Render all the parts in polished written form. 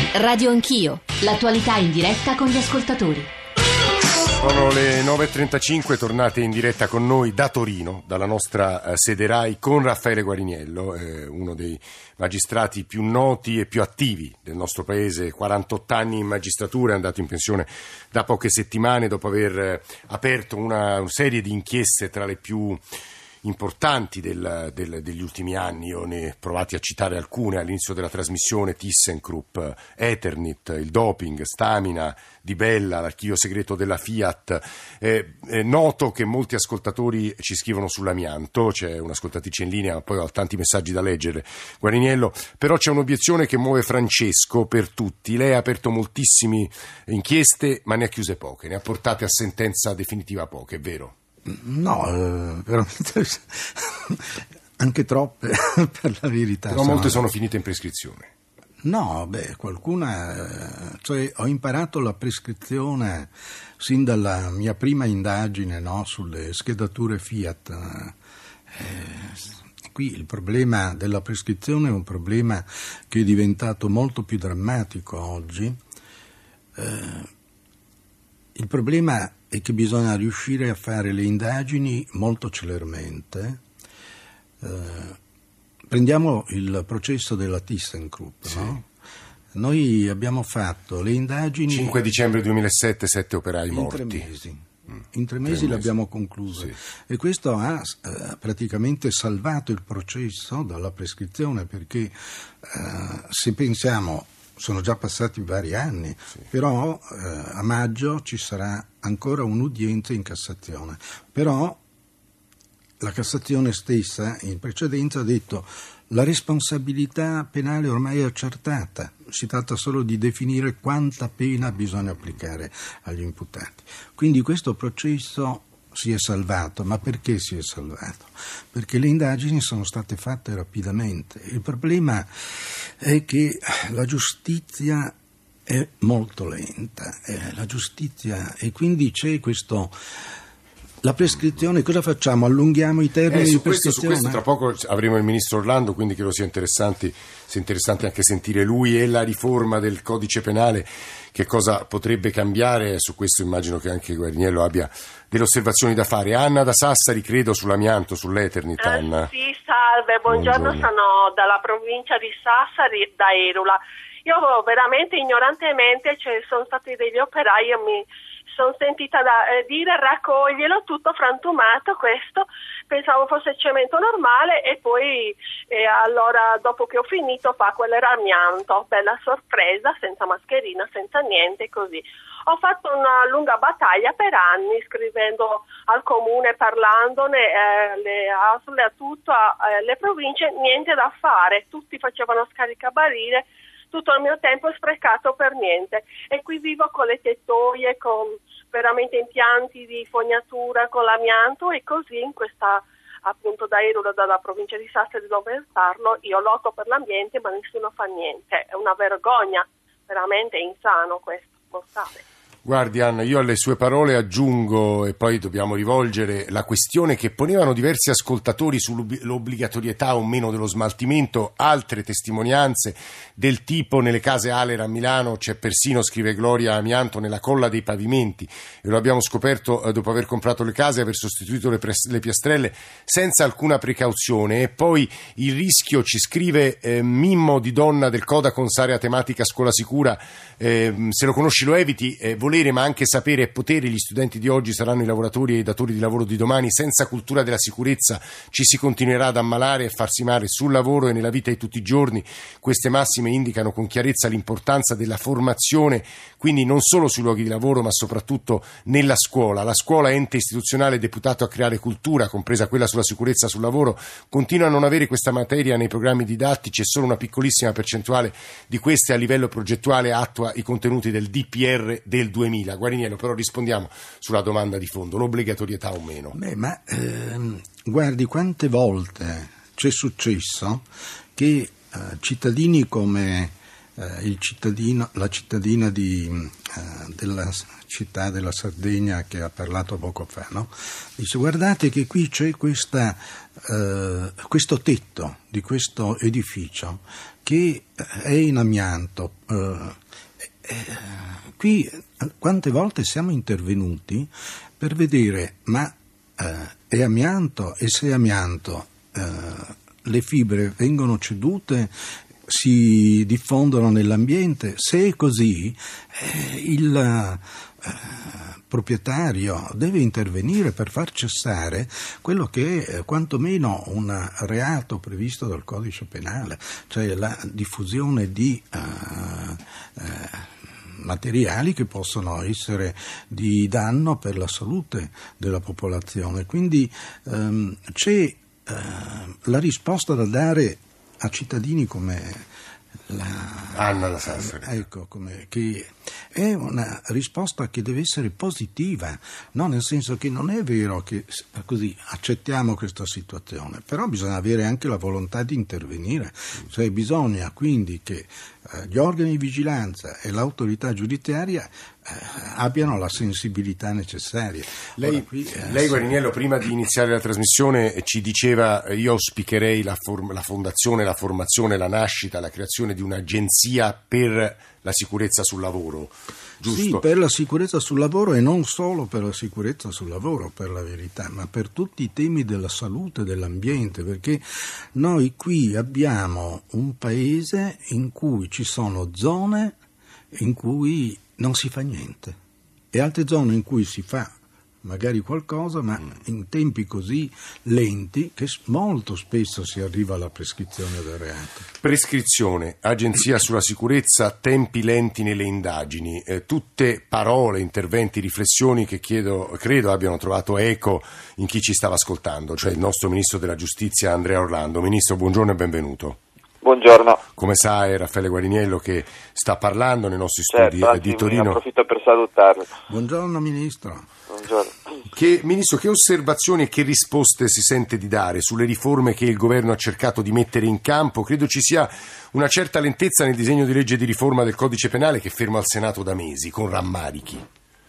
Radio Anch'io, l'attualità in diretta con gli ascoltatori. Sono le 9.35, tornate in diretta con noi da Torino, dalla nostra sede RAI, con Raffaele Guariniello, uno dei magistrati più noti e più attivi del nostro paese, 48 anni in magistratura, è andato in pensione da poche settimane dopo aver aperto una serie di inchieste tra le più importanti degli ultimi anni. Io ne ho provati a citare alcune all'inizio della trasmissione: ThyssenKrupp, Eternit, il doping, Stamina, Di Bella, l'archivio segreto della Fiat. Noto che molti ascoltatori ci scrivono sull'amianto, c'è un'ascoltatrice in linea, poi ho tanti messaggi da leggere, Guariniello, però c'è un'obiezione che muove Francesco per tutti. Lei ha aperto moltissime inchieste ma ne ha chiuse poche, ne ha portate a sentenza definitiva poche, è vero? No, veramente anche troppe per la verità. Però molte sono finite in prescrizione. No, qualcuna, cioè ho imparato la prescrizione sin dalla mia prima indagine, no, sulle schedature Fiat. Qui il problema della prescrizione è un problema che è diventato molto più drammatico oggi. Il problema è che bisogna riuscire a fare le indagini molto celermente. Prendiamo il processo della ThyssenKrupp, sì. No? Noi abbiamo fatto le indagini... 5 dicembre 2007, 7 operai morti. In tre mesi l'abbiamo concluso, sì. E questo ha praticamente salvato il processo dalla prescrizione, perché se pensiamo... Sono già passati vari anni, sì. Però a maggio ci sarà ancora un'udienza in Cassazione. Però la Cassazione stessa in precedenza ha detto la responsabilità penale ormai è accertata, si tratta solo di definire quanta pena bisogna applicare agli imputati. Quindi questo processo si è salvato. Ma perché si è salvato? Perché le indagini sono state fatte rapidamente. Il problema è che la giustizia è molto lenta, la giustizia, e quindi c'è questo... La prescrizione, cosa facciamo? Allunghiamo i termini di prescrizione? Su questo tra poco avremo il ministro Orlando, quindi credo sia interessante anche sentire lui, e la riforma del codice penale, che cosa potrebbe cambiare. Su questo immagino che anche Guariniello abbia delle osservazioni da fare. Anna da Sassari, credo, sull'amianto, sull'Eternit. Anna. Sì, salve, buongiorno, sono dalla provincia di Sassari, da Erula. Io veramente ignorantemente, sono stati degli operai, io mi sono sentita dire raccoglielo tutto frantumato, questo pensavo fosse cemento normale, e poi allora dopo che ho finito quello era amianto, bella sorpresa, senza mascherina, senza niente, così. Ho fatto una lunga battaglia per anni, scrivendo al comune, parlandone, le ASL, a tutto, le province, niente da fare, tutti facevano scaricabarile, tutto il mio tempo è sprecato per niente, e qui vivo con le tettoie, con veramente impianti di fognatura con l'amianto, e così in questa, appunto, da Erula, dalla provincia di Sassari dove parlo, io lotto per l'ambiente ma nessuno fa niente. È una vergogna, veramente insano questo, mortale. Guardi Anna, io alle sue parole aggiungo, e poi dobbiamo rivolgere la questione che ponevano diversi ascoltatori sull'obbligatorietà o meno dello smaltimento, altre testimonianze del tipo: nelle case Aler a Milano c'è persino, scrive Gloria, amianto nella colla dei pavimenti, e lo abbiamo scoperto dopo aver comprato le case, aver sostituito le piastrelle senza alcuna precauzione. E poi il rischio, ci scrive Mimmo di Donna del Codacons Area Tematica Scuola Sicura, se lo conosci lo eviti, volere ma anche sapere e potere. Gli studenti di oggi saranno i lavoratori e i datori di lavoro di domani. Senza cultura della sicurezza ci si continuerà ad ammalare e farsi male sul lavoro e nella vita di tutti i giorni. Queste massime indicano con chiarezza l'importanza della formazione, quindi non solo sui luoghi di lavoro ma soprattutto nella scuola. La scuola, ente istituzionale deputato a creare cultura, compresa quella sulla sicurezza sul lavoro, continua a non avere questa materia nei programmi didattici, e solo una piccolissima percentuale di queste a livello progettuale attua i contenuti del DPR del 2000. Guariniello, però rispondiamo sulla domanda di fondo, l'obbligatorietà o meno. Guardi, quante volte c'è successo che cittadini come la cittadina della città della Sardegna che ha parlato poco fa, no? Dice: guardate che qui c'è questo tetto di questo edificio che è in amianto. Qui quante volte siamo intervenuti per vedere, ma è amianto, e se è amianto le fibre vengono cedute, si diffondono nell'ambiente. Se è così, il proprietario deve intervenire per far cessare quello che è quantomeno un reato previsto dal codice penale, cioè la diffusione di materiali che possono essere di danno per la salute della popolazione. Quindi c'è la risposta da dare a cittadini come Anna da Sassari. Ecco, che è una risposta che deve essere positiva, no? Nel senso che non è vero che così accettiamo questa situazione, però bisogna avere anche la volontà di intervenire, cioè bisogna quindi che gli organi di vigilanza e l'autorità giudiziaria abbiano la sensibilità necessaria. Lei Guariniello, prima di iniziare la trasmissione ci diceva: io auspicherei la fondazione, la formazione, la nascita, la creazione di un'agenzia per la sicurezza sul lavoro, giusto? Sì, per la sicurezza sul lavoro, e non solo per la sicurezza sul lavoro, per la verità, ma per tutti i temi della salute, dell'ambiente, perché noi qui abbiamo un paese in cui ci sono zone in cui non si fa niente e altre zone in cui si fa magari qualcosa, ma in tempi così lenti che molto spesso si arriva alla prescrizione del reato. Prescrizione, agenzia sulla sicurezza, tempi lenti nelle indagini, tutte parole, interventi, riflessioni che credo abbiano trovato eco in chi ci stava ascoltando, cioè il nostro Ministro della Giustizia Andrea Orlando. Ministro, buongiorno e benvenuto. Buongiorno. Come sa, è Raffaele Guariniello che sta parlando nei nostri studi di Torino. Ne approfitto per salutarlo. Buongiorno Ministro. Buongiorno. Ministro, che osservazioni e che risposte si sente di dare sulle riforme che il governo ha cercato di mettere in campo? Credo ci sia una certa lentezza nel disegno di legge di riforma del codice penale che ferma al Senato da mesi, con rammarichi.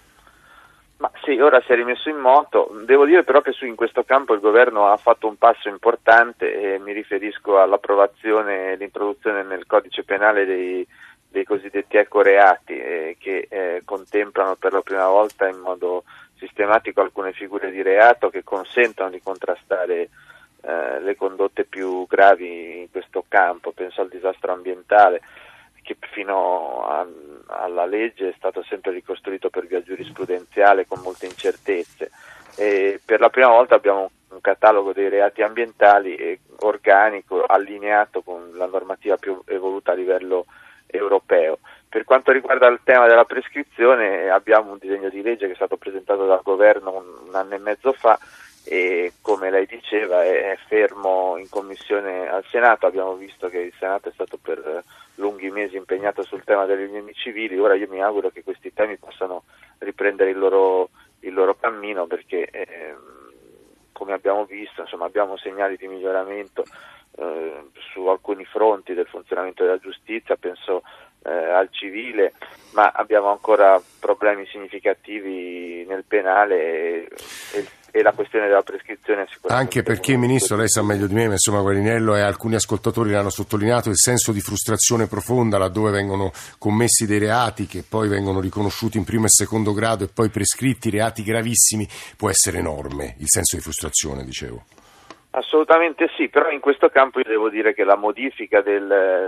Ma sì, ora si è rimesso in moto. Devo dire però che in questo campo il governo ha fatto un passo importante, e mi riferisco all'approvazione e l'introduzione nel codice penale dei cosiddetti ecoreati, che contemplano per la prima volta in modo sistematico alcune figure di reato che consentono di contrastare le condotte più gravi in questo campo. Penso al disastro ambientale, che fino alla legge è stato sempre ricostruito per via giurisprudenziale con molte incertezze, e per la prima volta abbiamo un catalogo dei reati ambientali organico, allineato con la normativa più evoluta a livello europeo. Per quanto riguarda il tema della prescrizione, abbiamo un disegno di legge che è stato presentato dal governo un anno e mezzo fa, e come lei diceva è fermo in commissione al Senato. Abbiamo visto che il Senato è stato per lunghi mesi impegnato sul tema delle unioni civili. Ora io mi auguro che questi temi possano riprendere il loro cammino, perché come abbiamo visto, insomma, abbiamo segnali di miglioramento su alcuni fronti del funzionamento della giustizia, penso al civile, ma abbiamo ancora problemi significativi nel penale, e la questione della prescrizione sicuramente. Anche perché, Ministro, lei sa meglio di me, ma insomma Guariniello e alcuni ascoltatori l'hanno sottolineato, il senso di frustrazione profonda laddove vengono commessi dei reati che poi vengono riconosciuti in primo e secondo grado e poi prescritti, reati gravissimi, può essere enorme, il senso di frustrazione, dicevo. Assolutamente sì, però in questo campo io devo dire che la modifica dei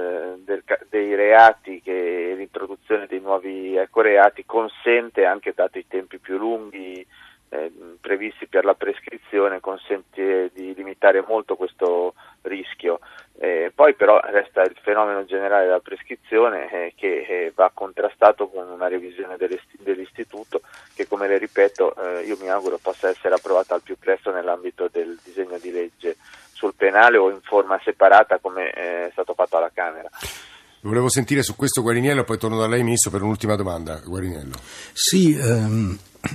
reati e l'introduzione dei nuovi ecoreati consente, anche dato i tempi più lunghi previsti per la prescrizione, consente di limitare molto questo rischio. Poi però resta il fenomeno generale della prescrizione che va contrastato con una revisione dell'istituto che, come le ripeto, io mi auguro possa essere approvata al più presto nell'ambito del disegno di legge sul penale o in forma separata come è stato fatto alla Camera. Volevo sentire su questo Guariniello, poi torno da lei, Ministro, per un'ultima domanda. Guariniello. Sì,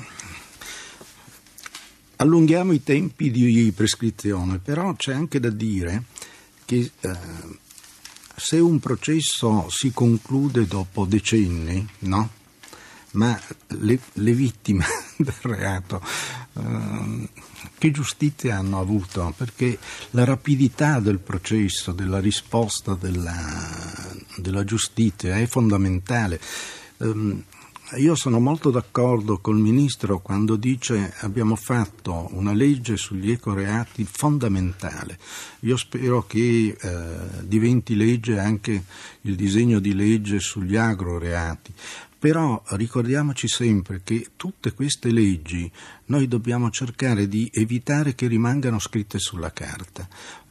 allunghiamo i tempi di prescrizione, però c'è anche da dire che se un processo si conclude dopo decenni, no? Ma le vittime del reato che giustizia hanno avuto? Perché la rapidità del processo, della risposta della giustizia è fondamentale. Io sono molto d'accordo col Ministro quando dice abbiamo fatto una legge sugli ecoreati fondamentale. Io spero che diventi legge anche il disegno di legge sugli agroreati. Però ricordiamoci sempre che tutte queste leggi noi dobbiamo cercare di evitare che rimangano scritte sulla carta,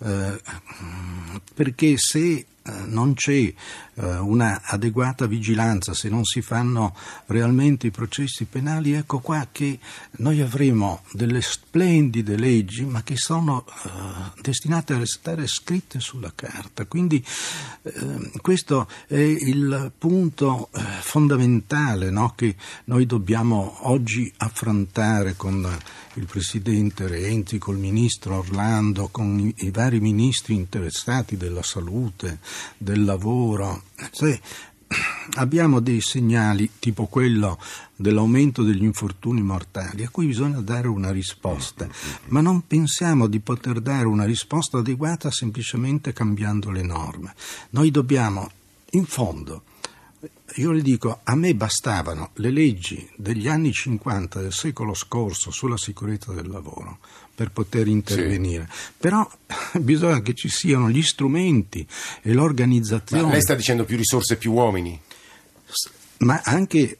perché se non c'è una adeguata vigilanza, se non si fanno realmente i processi penali, ecco qua che noi avremo delle splendide leggi ma che sono destinate a restare scritte sulla carta. Quindi questo è il punto fondamentale, no, che noi dobbiamo oggi affrontare con il Presidente Renzi, col Ministro Orlando, con i vari ministri interessati della salute, del lavoro. Abbiamo dei segnali tipo quello dell'aumento degli infortuni mortali a cui bisogna dare una risposta, ma non pensiamo di poter dare una risposta adeguata semplicemente cambiando le norme. Noi dobbiamo, in fondo, io le dico, a me bastavano le leggi degli anni 50 del secolo scorso sulla sicurezza del lavoro per poter intervenire, però bisogna che ci siano gli strumenti e l'organizzazione. Ma lei sta dicendo più risorse, più uomini? Ma anche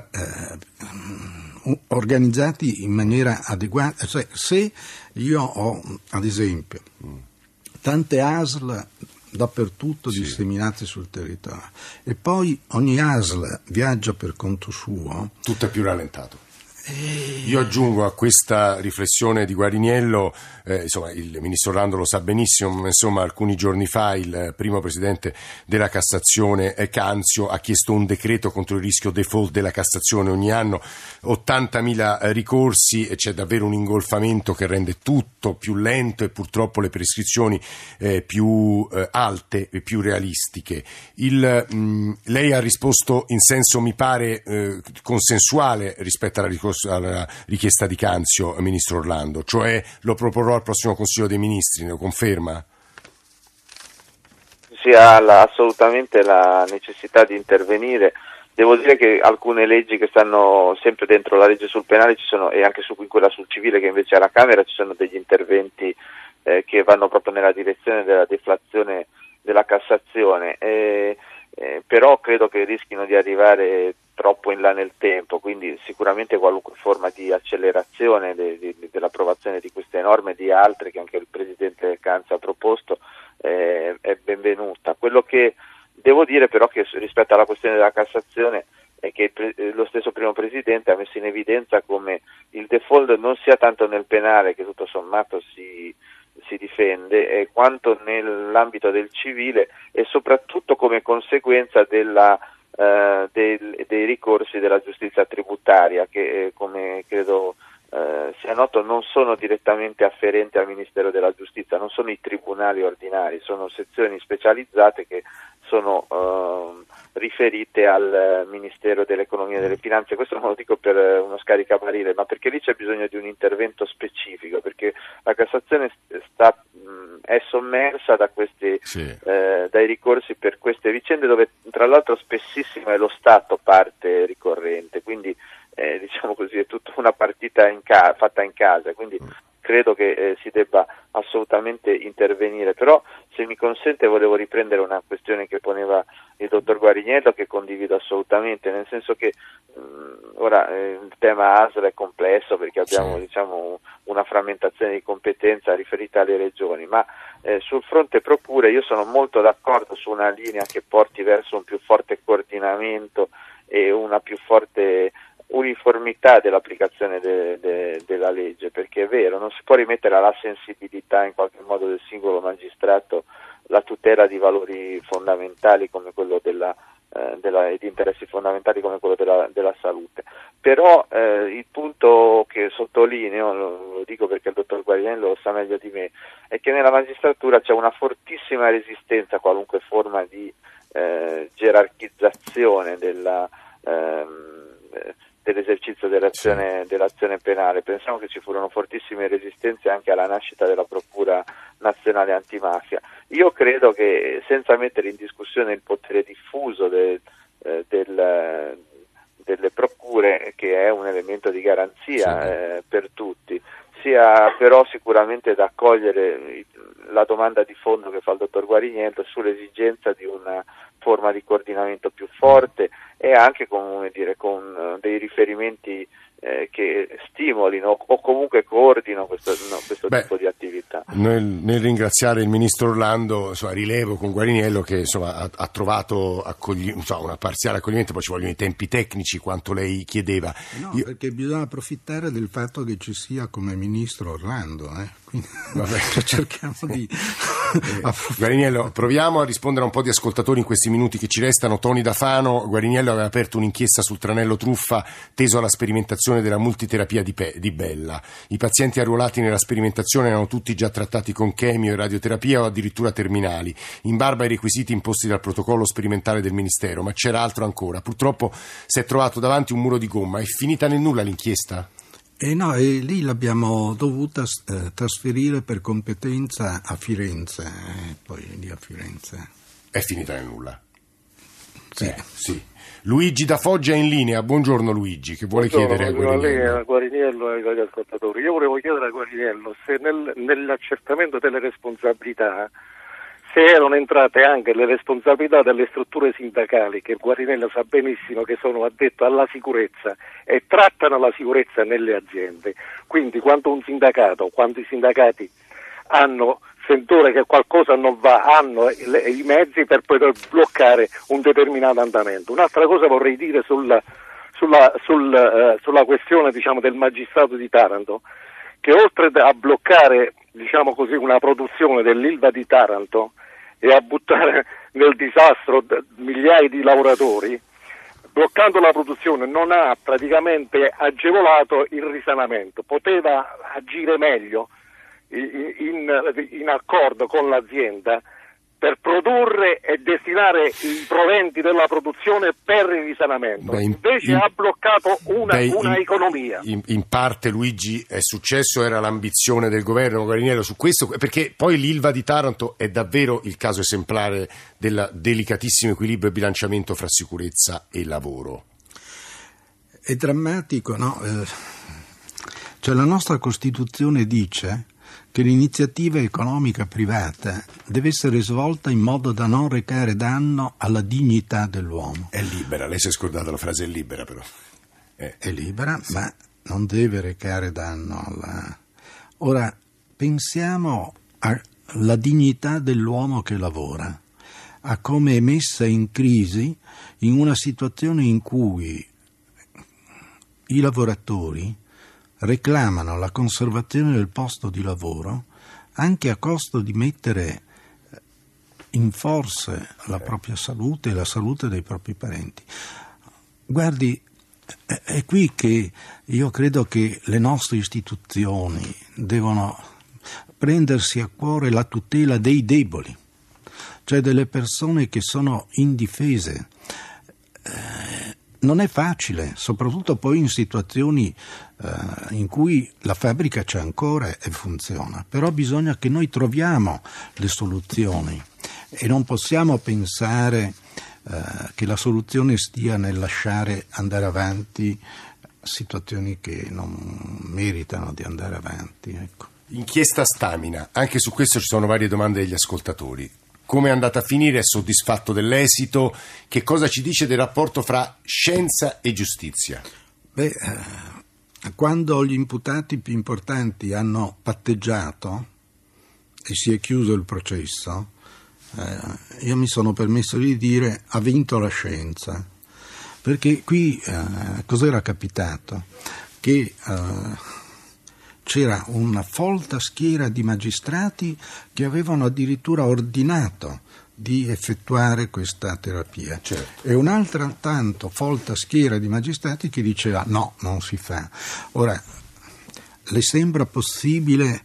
organizzati in maniera adeguata. Cioè, se io ho, ad esempio, tante ASL dappertutto disseminate sul territorio e poi ogni ASL viaggia per conto suo, tutto è più rallentato. Io aggiungo a questa riflessione di Guariniello, insomma il ministro Orlando lo sa benissimo, ma insomma alcuni giorni fa il primo presidente della Cassazione Canzio ha chiesto un decreto contro il rischio default della Cassazione. Ogni anno 80.000 ricorsi e c'è davvero un ingolfamento che rende tutto più lento e purtroppo le prescrizioni più alte e più realistiche. Lei ha risposto in senso, mi pare, consensuale rispetto alla richiesta di Canzio, ministro Orlando, cioè lo proporrò al prossimo Consiglio dei Ministri, lo conferma? Si ha assolutamente la necessità di intervenire. Devo dire che alcune leggi che stanno sempre dentro la legge sul penale ci sono, e anche in quella sul civile che invece è alla Camera, ci sono degli interventi che vanno proprio nella direzione della deflazione della Cassazione, però credo che rischino di arrivare troppo in là nel tempo, quindi sicuramente qualunque forma di accelerazione dell'approvazione di queste norme e di altre che anche il Presidente Canzio ha proposto è benvenuta. Quello che devo dire però che rispetto alla questione della Cassazione è che lo stesso primo Presidente ha messo in evidenza come il default non sia tanto nel penale, che tutto sommato si difende, quanto nell'ambito del civile e soprattutto come conseguenza dei ricorsi della giustizia tributaria che come credo sia noto non sono direttamente afferenti al Ministero della Giustizia, non sono i tribunali ordinari, sono sezioni specializzate che sono riferite al Ministero dell'Economia e delle Finanze. Questo non lo dico per uno scaricabarile, ma perché lì c'è bisogno di un intervento specifico, perché la Cassazione è sommersa da questi dai ricorsi per queste vicende, dove tra l'altro spessissimo è lo Stato parte ricorrente, quindi diciamo così è tutta una partita fatta in casa, quindi credo che si debba assolutamente intervenire. Però se mi consente volevo riprendere una questione che poneva il dottor Guariniello, che condivido assolutamente, nel senso che ora il tema ASL è complesso perché abbiamo diciamo una frammentazione di competenza riferita alle regioni, ma sul fronte procure io sono molto d'accordo su una linea che porti verso un più forte coordinamento e una più forte uniformità dell'applicazione della legge, perché è vero, non si può rimettere alla sensibilità in qualche modo del singolo magistrato la tutela di valori fondamentali come quello della di interessi fondamentali come quello della salute. Però il punto che sottolineo, lo dico perché il dottor Guariniello lo sa meglio di me, è che nella magistratura c'è una fortissima resistenza a qualunque forma di gerarchizzazione dell'esercizio dell'azione penale. Pensiamo che ci furono fortissime resistenze anche alla nascita della Procura Nazionale Antimafia. Io credo che, senza mettere in discussione il potere diffuso delle procure, che è un elemento di garanzia per tutti, sia però sicuramente da accogliere la domanda di fondo che fa il dottor Guariniello sull'esigenza di una forma di coordinamento più forte e anche con dei riferimenti che stimolino o comunque coordinino questo tipo di attività. Nel ringraziare il ministro Orlando, rilevo con Guariniello che ha trovato una parziale accoglimento, poi ci vogliono i tempi tecnici quanto lei chiedeva. Perché bisogna approfittare del fatto che ci sia come ministro Orlando, quindi cerchiamo di Guariniello, proviamo a rispondere a un po' di ascoltatori in questi minuti che ci restano. Toni da Fano: Guariniello aveva aperto un'inchiesta sul tranello truffa teso alla sperimentazione della multiterapia di Bella. I pazienti arruolati nella sperimentazione erano tutti già trattati con chemio e radioterapia o addirittura terminali, in barba ai requisiti imposti dal protocollo sperimentale del Ministero, ma c'era altro ancora. Purtroppo si è trovato davanti un muro di gomma. È finita nel nulla l'inchiesta? No, e lì l'abbiamo dovuta trasferire per competenza a Firenze, poi lì a Firenze. È finita nel nulla? Sì. Sì. Luigi da Foggia è in linea. Buongiorno Luigi, che vuole chiedere a Guariniello? A Guariniello e agli ascoltatori. Io volevo chiedere a Guariniello se nell'accertamento delle responsabilità, se erano entrate anche le responsabilità delle strutture sindacali, che Guariniello sa benissimo che sono addette alla sicurezza e trattano la sicurezza nelle aziende. Quindi quando i sindacati hanno sentore che qualcosa non va, hanno i mezzi per poter bloccare un determinato andamento. Un'altra cosa vorrei dire sulla questione, del magistrato di Taranto, che oltre a bloccare, una produzione dell'Ilva di Taranto e a buttare nel disastro migliaia di lavoratori, bloccando la produzione non ha praticamente agevolato il risanamento. Poteva agire meglio in accordo con l'azienda per produrre e destinare i proventi della produzione per il risanamento. Invece ha bloccato una economia. In parte, Luigi, è successo, era l'ambizione del governo Guariniello su questo, perché poi l'Ilva di Taranto è davvero il caso esemplare del delicatissimo equilibrio e bilanciamento fra sicurezza e lavoro. È drammatico, no? La nostra Costituzione dice che l'iniziativa economica privata deve essere svolta in modo da non recare danno alla dignità dell'uomo. È libera, lei si è scordata la frase è libera però. È libera, sì, ma non deve recare danno alla... Ora, pensiamo alla dignità dell'uomo che lavora, a come è messa in crisi in una situazione in cui i lavoratori reclamano la conservazione del posto di lavoro anche a costo di mettere in forse la propria salute e la salute dei propri parenti. Guardi, è qui che io credo che le nostre istituzioni devono prendersi a cuore la tutela dei deboli, cioè delle persone che sono indifese. Non è facile, soprattutto poi in situazioni in cui la fabbrica c'è ancora e funziona, però bisogna che noi troviamo le soluzioni e non possiamo pensare che la soluzione stia nel lasciare andare avanti situazioni che non meritano di andare avanti. Ecco. Inchiesta Stamina, anche su questo ci sono varie domande degli ascoltatori. Come è andata a finire? È soddisfatto dell'esito? Che cosa ci dice del rapporto fra scienza e giustizia? Quando gli imputati più importanti hanno patteggiato e si è chiuso il processo, io mi sono permesso di dire ha vinto la scienza, perché qui cos'era capitato? Che c'era una folta schiera di magistrati che avevano addirittura ordinato di effettuare questa terapia. Certo. E un'altra tanto folta schiera di magistrati che diceva no, non si fa. Ora, le sembra possibile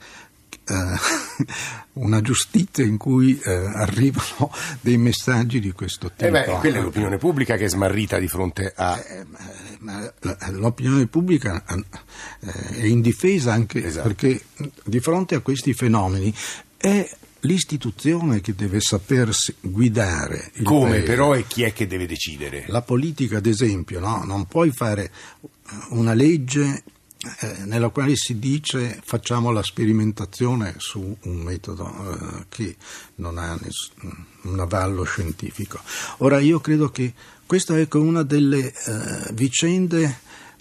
una giustizia in cui arrivano dei messaggi di questo tipo? Quella è l'opinione pubblica che è smarrita di fronte a... Ma l'opinione pubblica è indifesa anche perché di fronte a questi fenomeni è l'istituzione che deve sapersi guidare il Come paese. però e chi è che deve decidere? La politica, ad esempio, no? Non puoi fare una legge nella quale si dice facciamo la sperimentazione su un metodo che non ha un avallo scientifico. Ora io credo che questa è una delle vicende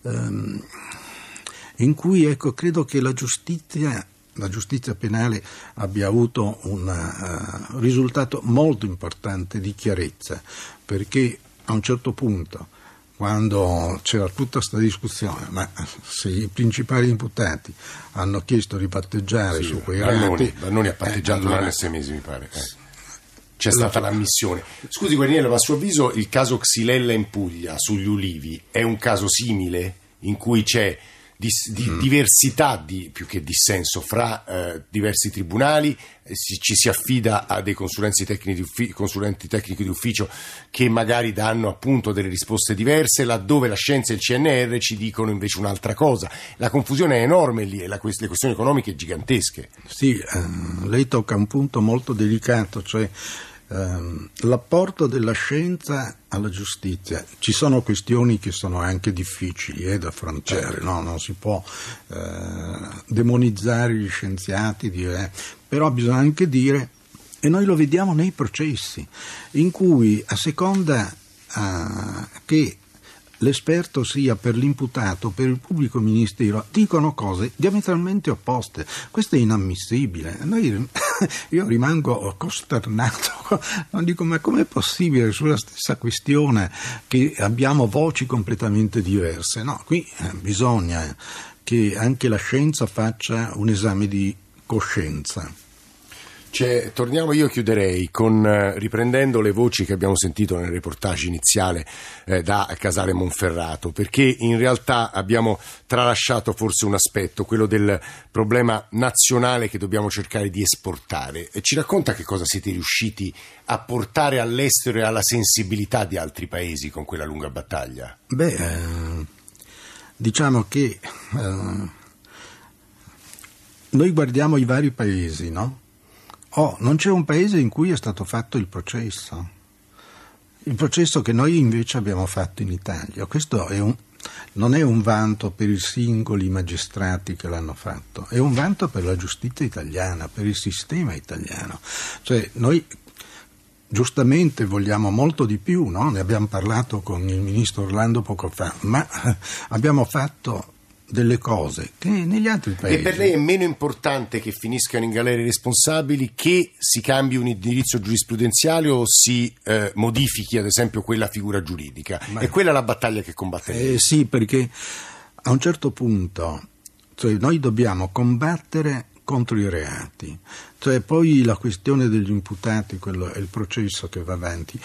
in cui credo che la giustizia penale abbia avuto un risultato molto importante di chiarezza, perché a un certo punto, quando c'era tutta questa discussione, ma se i principali imputati hanno chiesto di patteggiare su quei reati... Vannoni ha patteggiato un anno e 6 mesi, mi pare. C'è stata l'ammissione. Scusi Guarniello, ma a suo avviso il caso Xylella in Puglia, sugli ulivi, è un caso simile in cui c'è diversità, più che dissenso, fra diversi tribunali, ci si affida a dei consulenti tecnici di ufficio che magari danno appunto delle risposte diverse, laddove la scienza e il CNR ci dicono invece un'altra cosa. La confusione è enorme lì e le questioni economiche gigantesche. Sì, lei tocca un punto molto delicato, cioè l'apporto della scienza alla giustizia. Ci sono questioni che sono anche difficili da affrontare, no? Non si può demonizzare gli scienziati, però bisogna anche dire, e noi lo vediamo nei processi, in cui a seconda che l'esperto sia per l'imputato o per il pubblico ministero, dicono cose diametralmente opposte. Questo è inammissibile. Io rimango costernato, non dico ma com'è possibile sulla stessa questione che abbiamo voci completamente diverse? No, qui bisogna che anche la scienza faccia un esame di coscienza. Io chiuderei riprendendo le voci che abbiamo sentito nel reportage iniziale da Casale Monferrato, perché in realtà abbiamo tralasciato forse un aspetto, quello del problema nazionale che dobbiamo cercare di esportare. E ci racconta che cosa siete riusciti a portare all'estero e alla sensibilità di altri paesi con quella lunga battaglia? Diciamo che noi guardiamo i vari paesi, no? Non c'è un paese in cui è stato fatto il processo che noi invece abbiamo fatto in Italia. Questo non è un vanto per i singoli magistrati che l'hanno fatto, è un vanto per la giustizia italiana, per il sistema italiano. Cioè noi giustamente vogliamo molto di più, no? Ne abbiamo parlato con il ministro Orlando poco fa, ma abbiamo fatto delle cose che negli altri paesi... E per lei è meno importante che finiscano in galera i responsabili, che si cambi un indirizzo giurisprudenziale o si modifichi ad esempio quella figura giuridica? È quella la battaglia che combatte lei? Sì, perché a un certo punto noi dobbiamo combattere contro i reati, poi la questione degli imputati, quello è il processo che va avanti.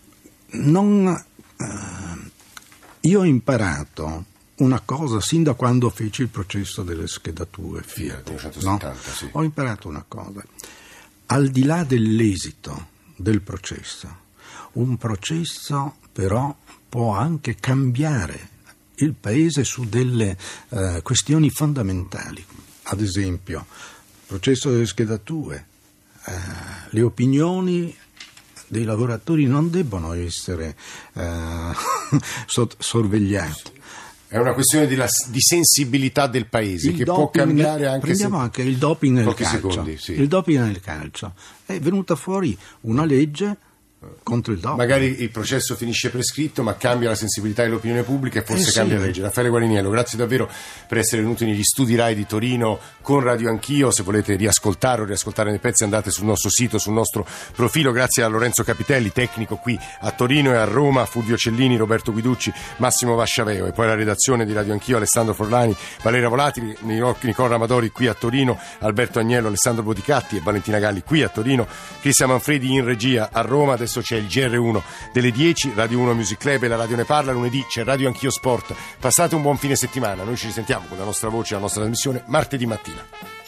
Io ho imparato una cosa sin da quando feci il processo delle schedature Fiat, 1970, no? Sì. Ho imparato una cosa: al di là dell'esito del processo, un processo però può anche cambiare il paese su delle questioni fondamentali. Ad esempio, il processo delle schedature, le opinioni dei lavoratori non debbono essere sorvegliate. È una questione di sensibilità del paese che può cambiare anche. Prendiamo anche il doping nel calcio. Secondi, sì. Il doping nel calcio. È venuta fuori una legge contro il doping. Magari il processo finisce prescritto, ma cambia la sensibilità dell'opinione pubblica e forse cambia la legge. Raffaele Guariniello, grazie davvero per essere venuto negli studi Rai di Torino con Radio Anch'io. Se volete riascoltare o riascoltare nei pezzi, andate sul nostro sito, sul nostro profilo. Grazie a Lorenzo Capitelli, tecnico qui a Torino e a Roma, Fulvio Cellini, Roberto Guiducci, Massimo Vasciaveo, e poi la redazione di Radio Anch'io, Alessandro Forlani, Valeria Volatili, Nicola Amadori qui a Torino, Alberto Agnello, Alessandro Boticatti e Valentina Galli qui a Torino, Cristian Manfredi in regia a Roma. Adesso c'è il GR1 delle 10, Radio 1 Music Club e la Radio ne parla. Lunedì c'è Radio Anch'io Sport. Passate un buon fine settimana, noi ci risentiamo con la nostra voce, la nostra trasmissione martedì mattina.